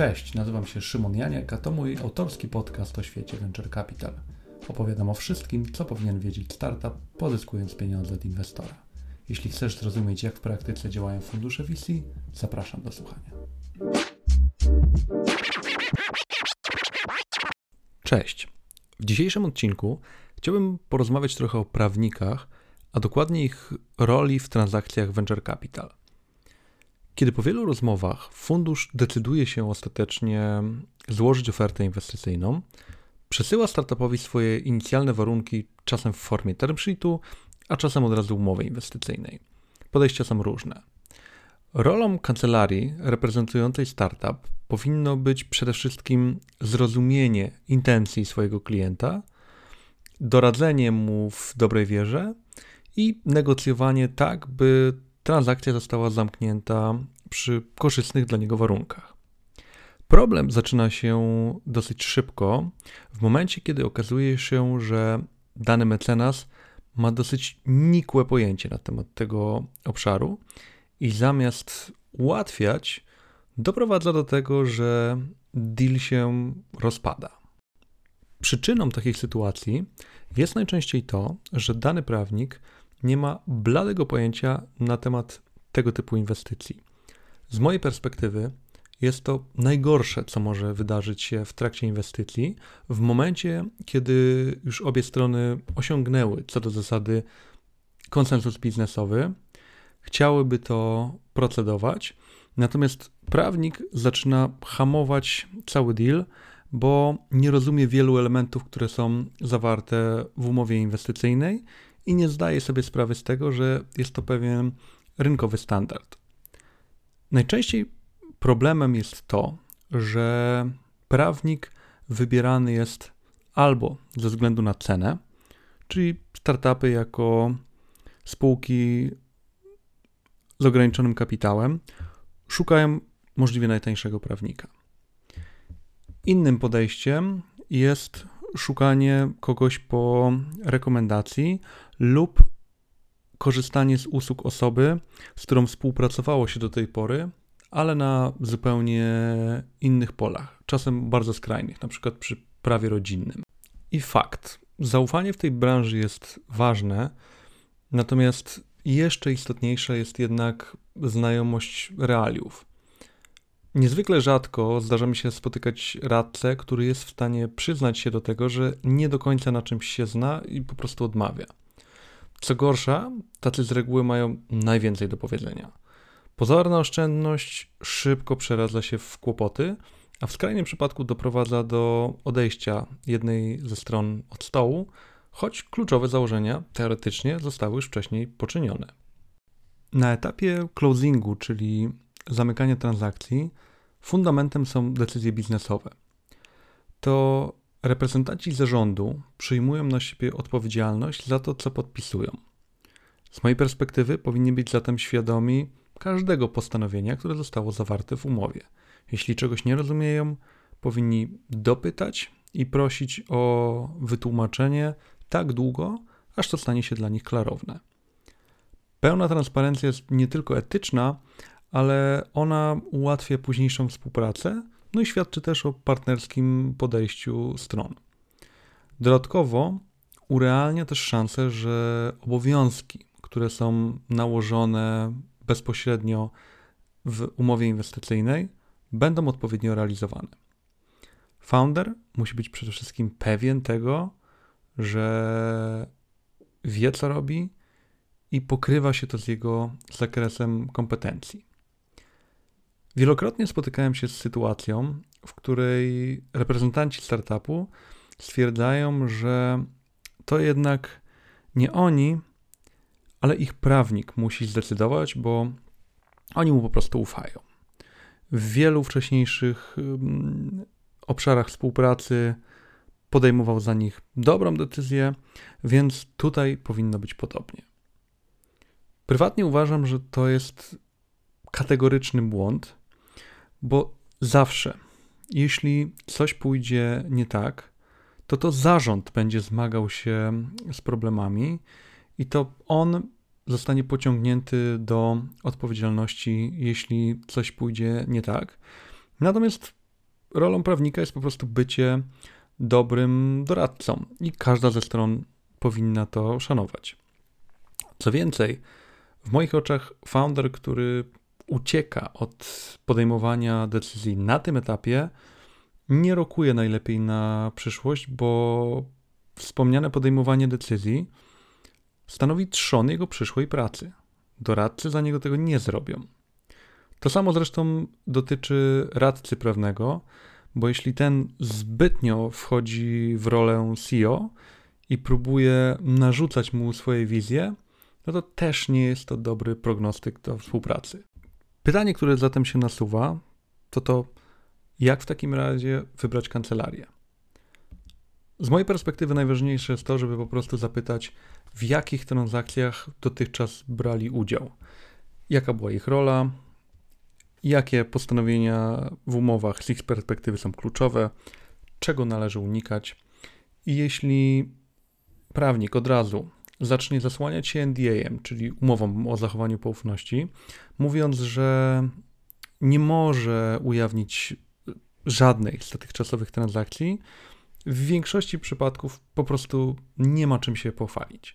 Cześć, nazywam się Szymon Janiak, a to mój autorski podcast o świecie Venture Capital. Opowiadam o wszystkim, co powinien wiedzieć startup, pozyskując pieniądze od inwestora. Jeśli chcesz zrozumieć, jak w praktyce działają fundusze VC, zapraszam do słuchania. Cześć. W dzisiejszym odcinku chciałbym porozmawiać trochę o prawnikach, a dokładnie ich roli w transakcjach Venture Capital. Kiedy po wielu rozmowach fundusz decyduje się ostatecznie złożyć ofertę inwestycyjną, przesyła startupowi swoje inicjalne warunki, czasem w formie term sheetu, a czasem od razu umowy inwestycyjnej. Podejścia są różne. Rolą kancelarii reprezentującej startup powinno być przede wszystkim zrozumienie intencji swojego klienta, doradzenie mu w dobrej wierze i negocjowanie tak, by transakcja została zamknięta przy korzystnych dla niego warunkach. Problem zaczyna się dosyć szybko, w momencie, kiedy okazuje się, że dany mecenas ma dosyć nikłe pojęcie na temat tego obszaru i zamiast ułatwiać, doprowadza do tego, że deal się rozpada. Przyczyną takiej sytuacji jest najczęściej to, że dany prawnik nie ma bladego pojęcia na temat tego typu inwestycji. Z mojej perspektywy jest to najgorsze, co może wydarzyć się w trakcie inwestycji, w momencie, kiedy już obie strony osiągnęły co do zasady konsensus biznesowy, chciałyby to procedować, natomiast prawnik zaczyna hamować cały deal, bo nie rozumie wielu elementów, które są zawarte w umowie inwestycyjnej i nie zdaje sobie sprawy z tego, że jest to pewien rynkowy standard. Najczęściej problemem jest to, że prawnik wybierany jest albo ze względu na cenę, czyli startupy jako spółki z ograniczonym kapitałem szukają możliwie najtańszego prawnika. Innym podejściem jest szukanie kogoś po rekomendacji lub korzystanie z usług osoby, z którą współpracowało się do tej pory, ale na zupełnie innych polach, czasem bardzo skrajnych, na przykład przy prawie rodzinnym. I fakt, zaufanie w tej branży jest ważne, natomiast jeszcze istotniejsza jest jednak znajomość realiów. Niezwykle rzadko zdarza mi się spotykać radcę, który jest w stanie przyznać się do tego, że nie do końca na czymś się zna i po prostu odmawia. Co gorsza, tacy z reguły mają najwięcej do powiedzenia. Pozorna oszczędność szybko przeradza się w kłopoty, a w skrajnym przypadku doprowadza do odejścia jednej ze stron od stołu, choć kluczowe założenia teoretycznie zostały już wcześniej poczynione. Na etapie closingu, czyli zamykania transakcji, fundamentem są decyzje biznesowe. To reprezentanci zarządu przyjmują na siebie odpowiedzialność za to, co podpisują. Z mojej perspektywy powinni być zatem świadomi każdego postanowienia, które zostało zawarte w umowie. Jeśli czegoś nie rozumieją, powinni dopytać i prosić o wytłumaczenie tak długo, aż to stanie się dla nich klarowne. Pełna transparencja jest nie tylko etyczna, ale ona ułatwia późniejszą współpracę, no i świadczy też o partnerskim podejściu stron. Dodatkowo urealnia też szansę, że obowiązki, które są nałożone bezpośrednio w umowie inwestycyjnej, będą odpowiednio realizowane. Founder musi być przede wszystkim pewien tego, że wie, co robi i pokrywa się to z jego zakresem kompetencji. Wielokrotnie spotykałem się z sytuacją, w której reprezentanci startupu stwierdzają, że to jednak nie oni, ale ich prawnik musi zdecydować, bo oni mu po prostu ufają. W wielu wcześniejszych obszarach współpracy podejmował za nich dobrą decyzję, więc tutaj powinno być podobnie. Prywatnie uważam, że to jest kategoryczny błąd, bo zawsze, jeśli coś pójdzie nie tak, to zarząd będzie zmagał się z problemami i to on zostanie pociągnięty do odpowiedzialności, jeśli coś pójdzie nie tak. Natomiast rolą prawnika jest po prostu bycie dobrym doradcą i każda ze stron powinna to szanować. Co więcej, w moich oczach founder, który ucieka od podejmowania decyzji na tym etapie, nie rokuje najlepiej na przyszłość, bo wspomniane podejmowanie decyzji stanowi trzon jego przyszłej pracy. Doradcy za niego tego nie zrobią. To samo zresztą dotyczy radcy prawnego, bo jeśli ten zbytnio wchodzi w rolę CEO i próbuje narzucać mu swoje wizje, no to też nie jest to dobry prognostyk do współpracy. Pytanie, które zatem się nasuwa, to jak w takim razie wybrać kancelarię? Z mojej perspektywy najważniejsze jest to, żeby po prostu zapytać, w jakich transakcjach dotychczas brali udział, jaka była ich rola, jakie postanowienia w umowach z ich perspektywy są kluczowe, czego należy unikać. I jeśli prawnik od razu zacznie zasłaniać się NDA-em, czyli umową o zachowaniu poufności, mówiąc, że nie może ujawnić żadnej z dotychczasowych transakcji, w większości przypadków po prostu nie ma czym się pochwalić.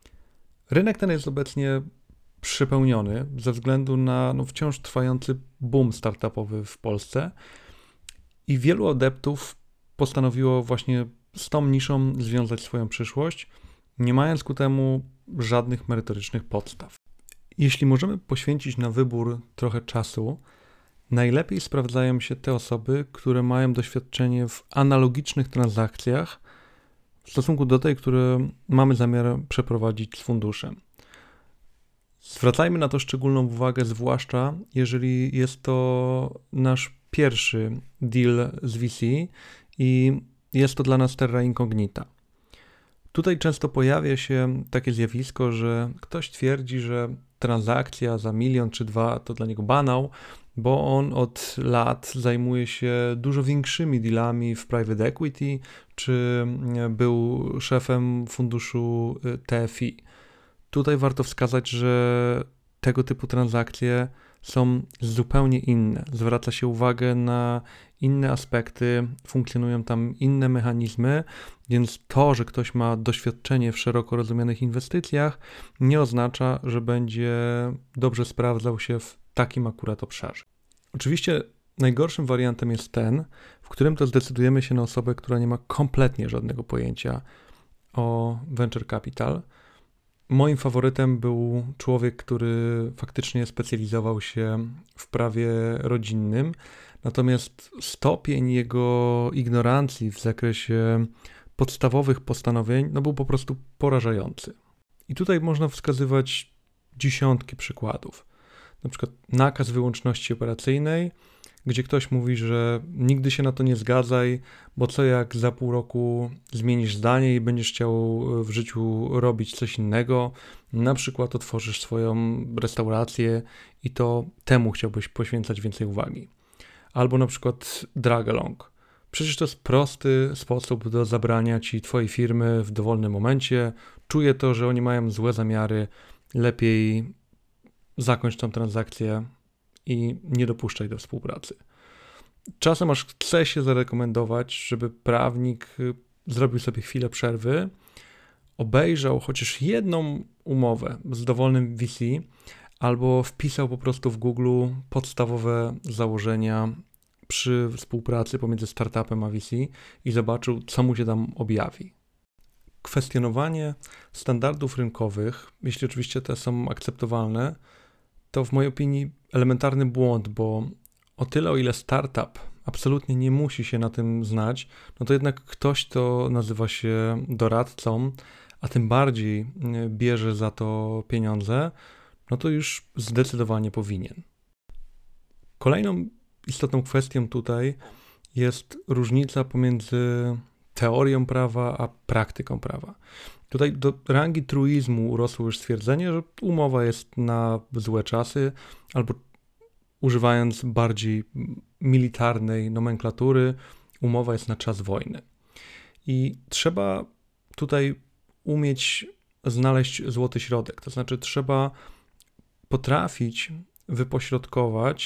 Rynek ten jest obecnie przepełniony ze względu na wciąż trwający boom startupowy w Polsce i wielu adeptów postanowiło właśnie z tą niszą związać swoją przyszłość, nie mając ku temu żadnych merytorycznych podstaw. Jeśli możemy poświęcić na wybór trochę czasu, najlepiej sprawdzają się te osoby, które mają doświadczenie w analogicznych transakcjach w stosunku do tej, które mamy zamiar przeprowadzić z funduszem. Zwracajmy na to szczególną uwagę, zwłaszcza jeżeli jest to nasz pierwszy deal z VC i jest to dla nas terra incognita. Tutaj często pojawia się takie zjawisko, że ktoś twierdzi, że transakcja za 1 milion czy 2 to dla niego banał, bo on od lat zajmuje się dużo większymi dealami w private equity, czy był szefem funduszu TFI. Tutaj warto wskazać, że tego typu transakcje są zupełnie inne. Zwraca się uwagę na inne aspekty, funkcjonują tam inne mechanizmy, więc to, że ktoś ma doświadczenie w szeroko rozumianych inwestycjach, nie oznacza, że będzie dobrze sprawdzał się w takim akurat obszarze. Oczywiście najgorszym wariantem jest ten, w którym to zdecydujemy się na osobę, która nie ma kompletnie żadnego pojęcia o venture capital. Moim faworytem był człowiek, który faktycznie specjalizował się w prawie rodzinnym, natomiast stopień jego ignorancji w zakresie podstawowych postanowień był po prostu porażający. I tutaj można wskazywać dziesiątki przykładów. Na przykład nakaz wyłączności operacyjnej, gdzie ktoś mówi, że nigdy się na to nie zgadzaj, bo co jak za pół roku zmienisz zdanie i będziesz chciał w życiu robić coś innego, na przykład otworzysz swoją restaurację i to temu chciałbyś poświęcać więcej uwagi. Albo na przykład drag along. Przecież to jest prosty sposób do zabrania ci twojej firmy w dowolnym momencie. Czuję to, że oni mają złe zamiary, lepiej zakończ tą transakcję i nie dopuszczaj do współpracy. Czasem aż chce się zarekomendować, żeby prawnik zrobił sobie chwilę przerwy, obejrzał chociaż jedną umowę z dowolnym VC albo wpisał po prostu w Google podstawowe założenia przy współpracy pomiędzy startupem a VC i zobaczył, co mu się tam objawi. Kwestionowanie standardów rynkowych, jeśli oczywiście te są akceptowalne, to w mojej opinii elementarny błąd, bo o tyle, o ile startup absolutnie nie musi się na tym znać, no to jednak ktoś, kto nazywa się doradcą, a tym bardziej bierze za to pieniądze, no to już zdecydowanie powinien. Kolejną istotną kwestią tutaj jest różnica pomiędzy teorią prawa a praktyką prawa. Tutaj do rangi truizmu urosło już stwierdzenie, że umowa jest na złe czasy, albo używając bardziej militarnej nomenklatury, umowa jest na czas wojny. I trzeba tutaj umieć znaleźć złoty środek, to znaczy trzeba potrafić wypośrodkować,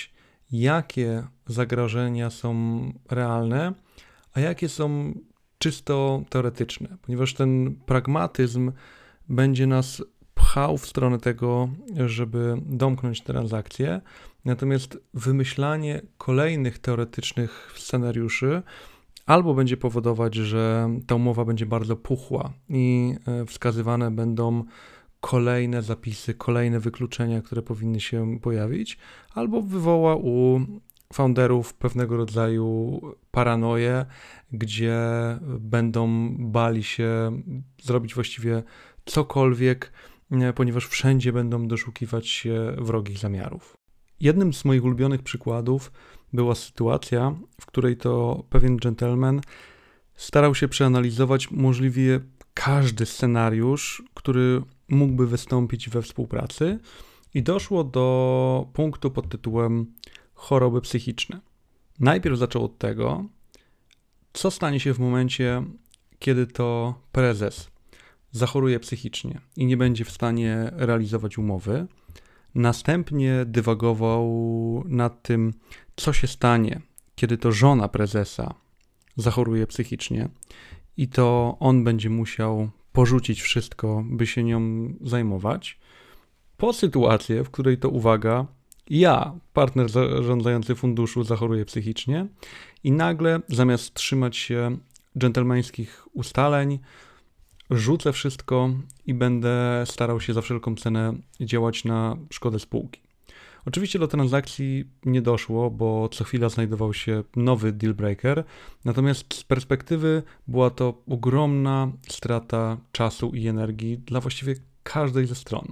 jakie zagrożenia są realne, a jakie są czysto teoretyczne, ponieważ ten pragmatyzm będzie nas pchał w stronę tego, żeby domknąć transakcję, natomiast wymyślanie kolejnych teoretycznych scenariuszy albo będzie powodować, że ta umowa będzie bardzo puchła i wskazywane będą kolejne zapisy, kolejne wykluczenia, które powinny się pojawić, albo wywoła u founderów pewnego rodzaju paranoję, gdzie będą bali się zrobić właściwie cokolwiek, ponieważ wszędzie będą doszukiwać się wrogich zamiarów. Jednym z moich ulubionych przykładów była sytuacja, w której to pewien gentleman starał się przeanalizować możliwie każdy scenariusz, który mógłby wystąpić we współpracy i doszło do punktu pod tytułem choroby psychiczne. Najpierw zaczął od tego, co stanie się w momencie, kiedy to prezes zachoruje psychicznie i nie będzie w stanie realizować umowy. Następnie dywagował nad tym, co się stanie, kiedy to żona prezesa zachoruje psychicznie i to on będzie musiał porzucić wszystko, by się nią zajmować, po sytuację, w której to, uwaga, ja, partner zarządzający funduszu, zachoruję psychicznie i nagle zamiast trzymać się dżentelmeńskich ustaleń, rzucę wszystko i będę starał się za wszelką cenę działać na szkodę spółki. Oczywiście do transakcji nie doszło, bo co chwila znajdował się nowy deal breaker, natomiast z perspektywy była to ogromna strata czasu i energii dla właściwie każdej ze stron.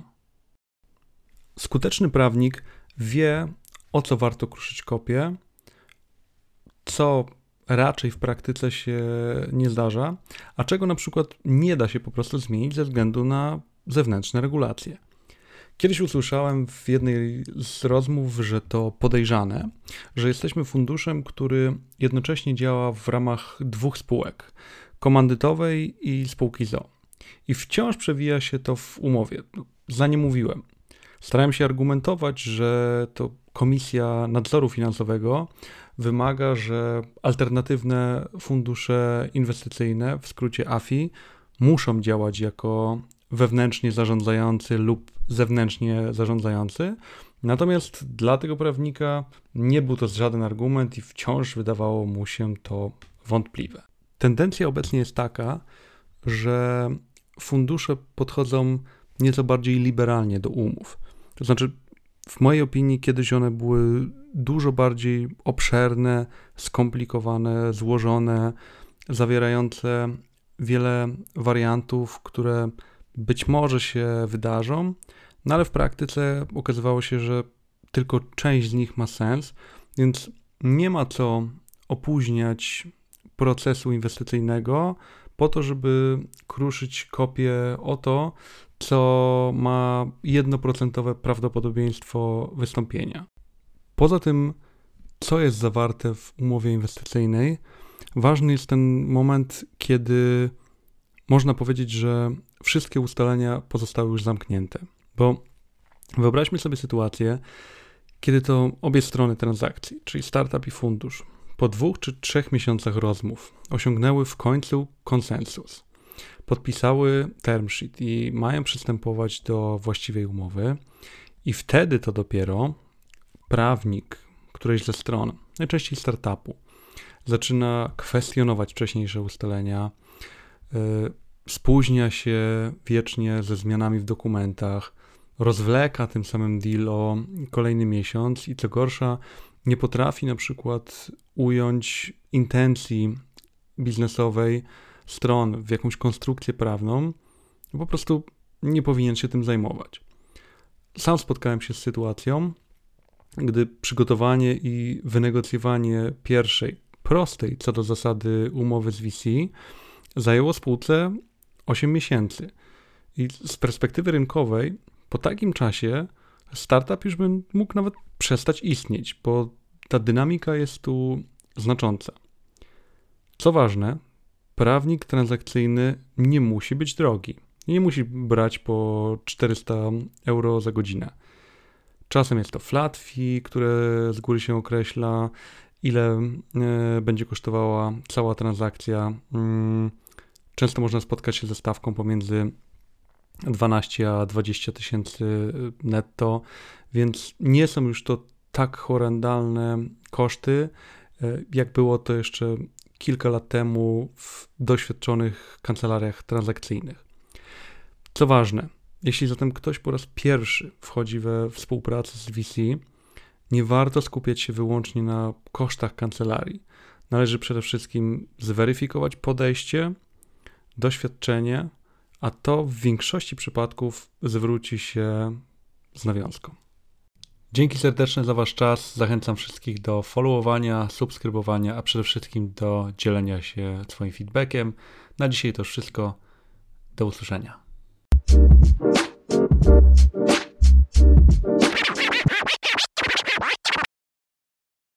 Skuteczny prawnik wie, o co warto kruszyć kopię, co raczej w praktyce się nie zdarza, a czego na przykład nie da się po prostu zmienić ze względu na zewnętrzne regulacje. Kiedyś usłyszałem w jednej z rozmów, że to podejrzane, że jesteśmy funduszem, który jednocześnie działa w ramach dwóch spółek, komandytowej i spółki z o.o. I wciąż przewija się to w umowie. Za nie mówiłem. Starałem się argumentować, że to Komisja Nadzoru Finansowego wymaga, że alternatywne fundusze inwestycyjne, w skrócie AFI, muszą działać jako wewnętrznie zarządzający lub zewnętrznie zarządzający. Natomiast dla tego prawnika nie był to żaden argument i wciąż wydawało mu się to wątpliwe. Tendencja obecnie jest taka, że fundusze podchodzą nieco bardziej liberalnie do umów. To znaczy, w mojej opinii kiedyś one były dużo bardziej obszerne, skomplikowane, złożone, zawierające wiele wariantów, które być może się wydarzą, no ale w praktyce okazywało się, że tylko część z nich ma sens, więc nie ma co opóźniać procesu inwestycyjnego po to, żeby kruszyć kopię o to, co ma 1% prawdopodobieństwo wystąpienia. Poza tym, co jest zawarte w umowie inwestycyjnej, ważny jest ten moment, kiedy można powiedzieć, że wszystkie ustalenia pozostały już zamknięte. Bo wyobraźmy sobie sytuację, kiedy to obie strony transakcji, czyli startup i fundusz, po 2 czy 3 miesiącach rozmów osiągnęły w końcu konsensus. Podpisały term sheet i mają przystępować do właściwej umowy i wtedy to dopiero prawnik którejś ze stron, najczęściej startupu, zaczyna kwestionować wcześniejsze ustalenia, spóźnia się wiecznie ze zmianami w dokumentach, rozwleka tym samym deal o kolejny miesiąc i co gorsza, nie potrafi na przykład ująć intencji biznesowej stron w jakąś konstrukcję prawną, po prostu nie powinien się tym zajmować. Sam spotkałem się z sytuacją, gdy przygotowanie i wynegocjowanie pierwszej, prostej co do zasady umowy z VC zajęło spółce 8 miesięcy. I z perspektywy rynkowej po takim czasie startup już by mógł nawet przestać istnieć, bo ta dynamika jest tu znacząca. Co ważne, prawnik transakcyjny nie musi być drogi. Nie musi brać po 400 euro za godzinę. Czasem jest to flat fee, które z góry się określa, ile będzie kosztowała cała transakcja. Często można spotkać się ze stawką pomiędzy 12 a 20 tysięcy netto, więc nie są już to tak horrendalne koszty, jak było to jeszcze kilka lat temu w doświadczonych kancelariach transakcyjnych. Co ważne, jeśli zatem ktoś po raz pierwszy wchodzi we współpracę z VC, nie warto skupiać się wyłącznie na kosztach kancelarii. Należy przede wszystkim zweryfikować podejście, doświadczenie, a to w większości przypadków zwróci się z nawiązką. Dzięki serdeczne za Wasz czas. Zachęcam wszystkich do followowania, subskrybowania, a przede wszystkim do dzielenia się swoim feedbackiem. Na dzisiaj to już wszystko. Do usłyszenia.